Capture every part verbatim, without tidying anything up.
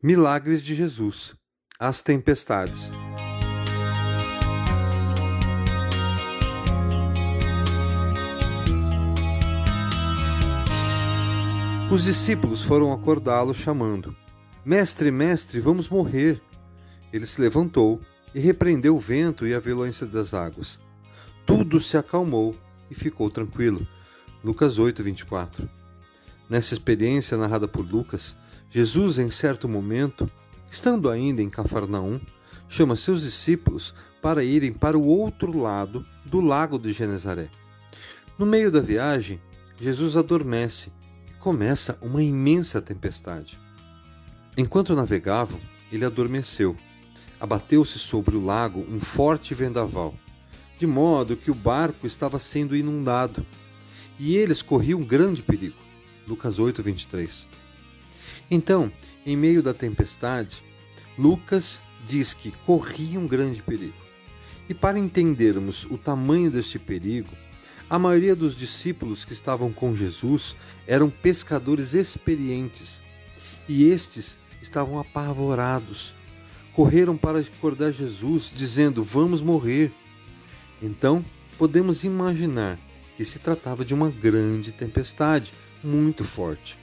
Milagres de Jesus. As tempestades. Os discípulos foram acordá-lo, chamando: Mestre, mestre, vamos morrer. Ele se levantou e repreendeu o vento e a violência das águas. Tudo se acalmou e ficou tranquilo. Lucas oito, vinte e quatro. Nessa experiência narrada por Lucas, Jesus, em certo momento, estando ainda em Cafarnaum, chama seus discípulos para irem para o outro lado do lago de Genezaré. No meio da viagem, Jesus adormece e começa uma imensa tempestade. Enquanto navegavam, ele adormeceu. Abateu-se sobre o lago um forte vendaval, de modo que o barco estava sendo inundado, e eles corriam grande perigo. Lucas oito, vinte e três. Então, em meio da tempestade, Lucas diz que corria um grande perigo. E para entendermos o tamanho deste perigo, a maioria dos discípulos que estavam com Jesus eram pescadores experientes, e estes estavam apavorados. Correram para acordar Jesus, dizendo: vamos morrer. Então, podemos imaginar que se tratava de uma grande tempestade, muito forte.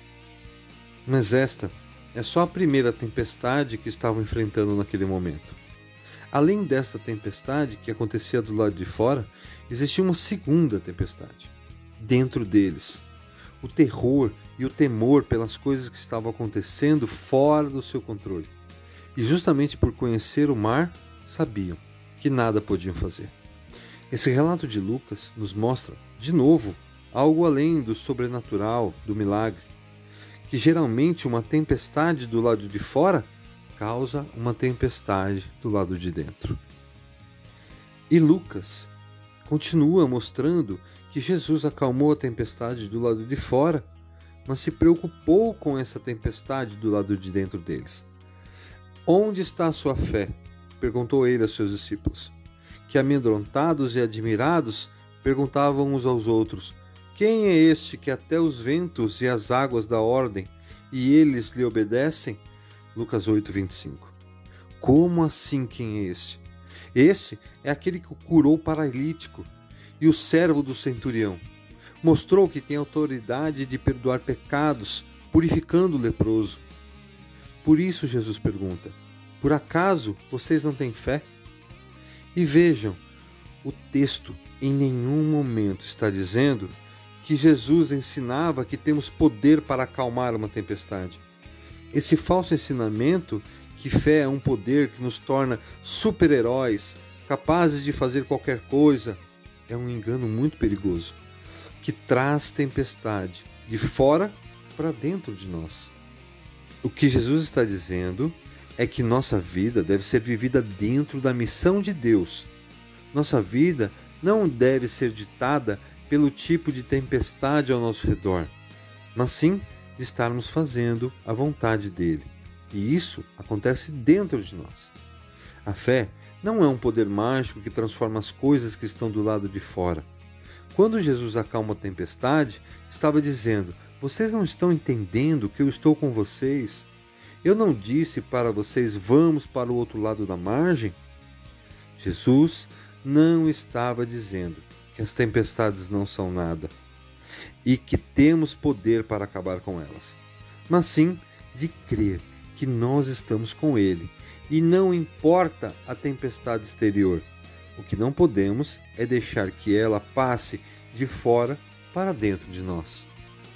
Mas esta é só a primeira tempestade que estavam enfrentando naquele momento. Além desta tempestade que acontecia do lado de fora, existia uma segunda tempestade, dentro deles. O terror e o temor pelas coisas que estavam acontecendo fora do seu controle. E justamente por conhecer o mar, sabiam que nada podiam fazer. Esse relato de Lucas nos mostra, de novo, algo além do sobrenatural, do milagre, que geralmente uma tempestade do lado de fora causa uma tempestade do lado de dentro. E Lucas continua mostrando que Jesus acalmou a tempestade do lado de fora, mas se preocupou com essa tempestade do lado de dentro deles. Onde está a sua fé? Perguntou ele aos seus discípulos, que amedrontados e admirados perguntavam uns aos outros: quem é este que até os ventos e as águas dá ordem, e eles lhe obedecem? Lucas oito, vinte e cinco. Como assim quem é este? Este é aquele que curou o paralítico e o servo do centurião. Mostrou que tem autoridade de perdoar pecados, purificando o leproso. Por isso Jesus pergunta: por acaso vocês não têm fé? E vejam, o texto em nenhum momento está dizendo que Jesus ensinava que temos poder para acalmar uma tempestade. Esse falso ensinamento que fé é um poder que nos torna super-heróis, capazes de fazer qualquer coisa, é um engano muito perigoso, que traz tempestade de fora para dentro de nós. O que Jesus está dizendo é que nossa vida deve ser vivida dentro da missão de Deus. Nossa vida não deve ser ditada pelo tipo de tempestade ao nosso redor, mas sim de estarmos fazendo a vontade dele. E isso acontece dentro de nós. A fé não é um poder mágico que transforma as coisas que estão do lado de fora. Quando Jesus acalma a tempestade, estava dizendo: vocês não estão entendendo que eu estou com vocês? Eu não disse para vocês: vamos para o outro lado da margem? Jesus não estava dizendo que as tempestades não são nada e que temos poder para acabar com elas, mas sim de crer que nós estamos com Ele e não importa a tempestade exterior. O que não podemos é deixar que ela passe de fora para dentro de nós.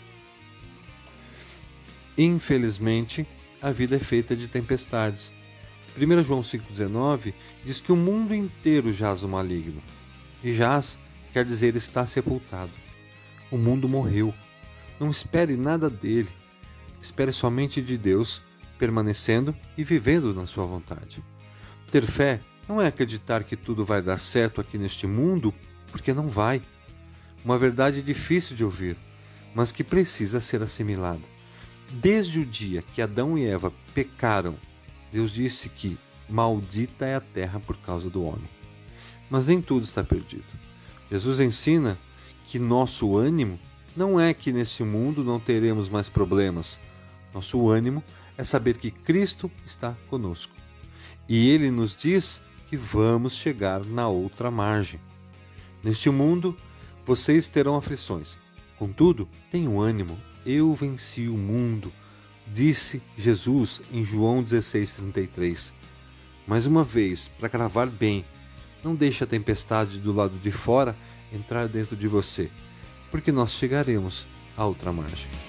Infelizmente, a vida é feita de tempestades. primeiro João cinco, dezenove diz que o mundo inteiro jaz o maligno. E jaz quer dizer está sepultado. O mundo morreu. Não espere nada dele. Espere somente de Deus, permanecendo e vivendo na sua vontade. Ter fé não é acreditar que tudo vai dar certo aqui neste mundo, porque não vai. Uma verdade difícil de ouvir, mas que precisa ser assimilada. Desde o dia que Adão e Eva pecaram, Deus disse que maldita é a terra por causa do homem. Mas nem tudo está perdido. Jesus ensina que nosso ânimo não é que nesse mundo não teremos mais problemas. Nosso ânimo é saber que Cristo está conosco. E Ele nos diz que vamos chegar na outra margem. Neste mundo, vocês terão aflições. Contudo, tenham ânimo, eu venci o mundo, disse Jesus em João dezesseis, trinta e três. Mais uma vez, para gravar bem, não deixe a tempestade do lado de fora entrar dentro de você, porque nós chegaremos à outra margem.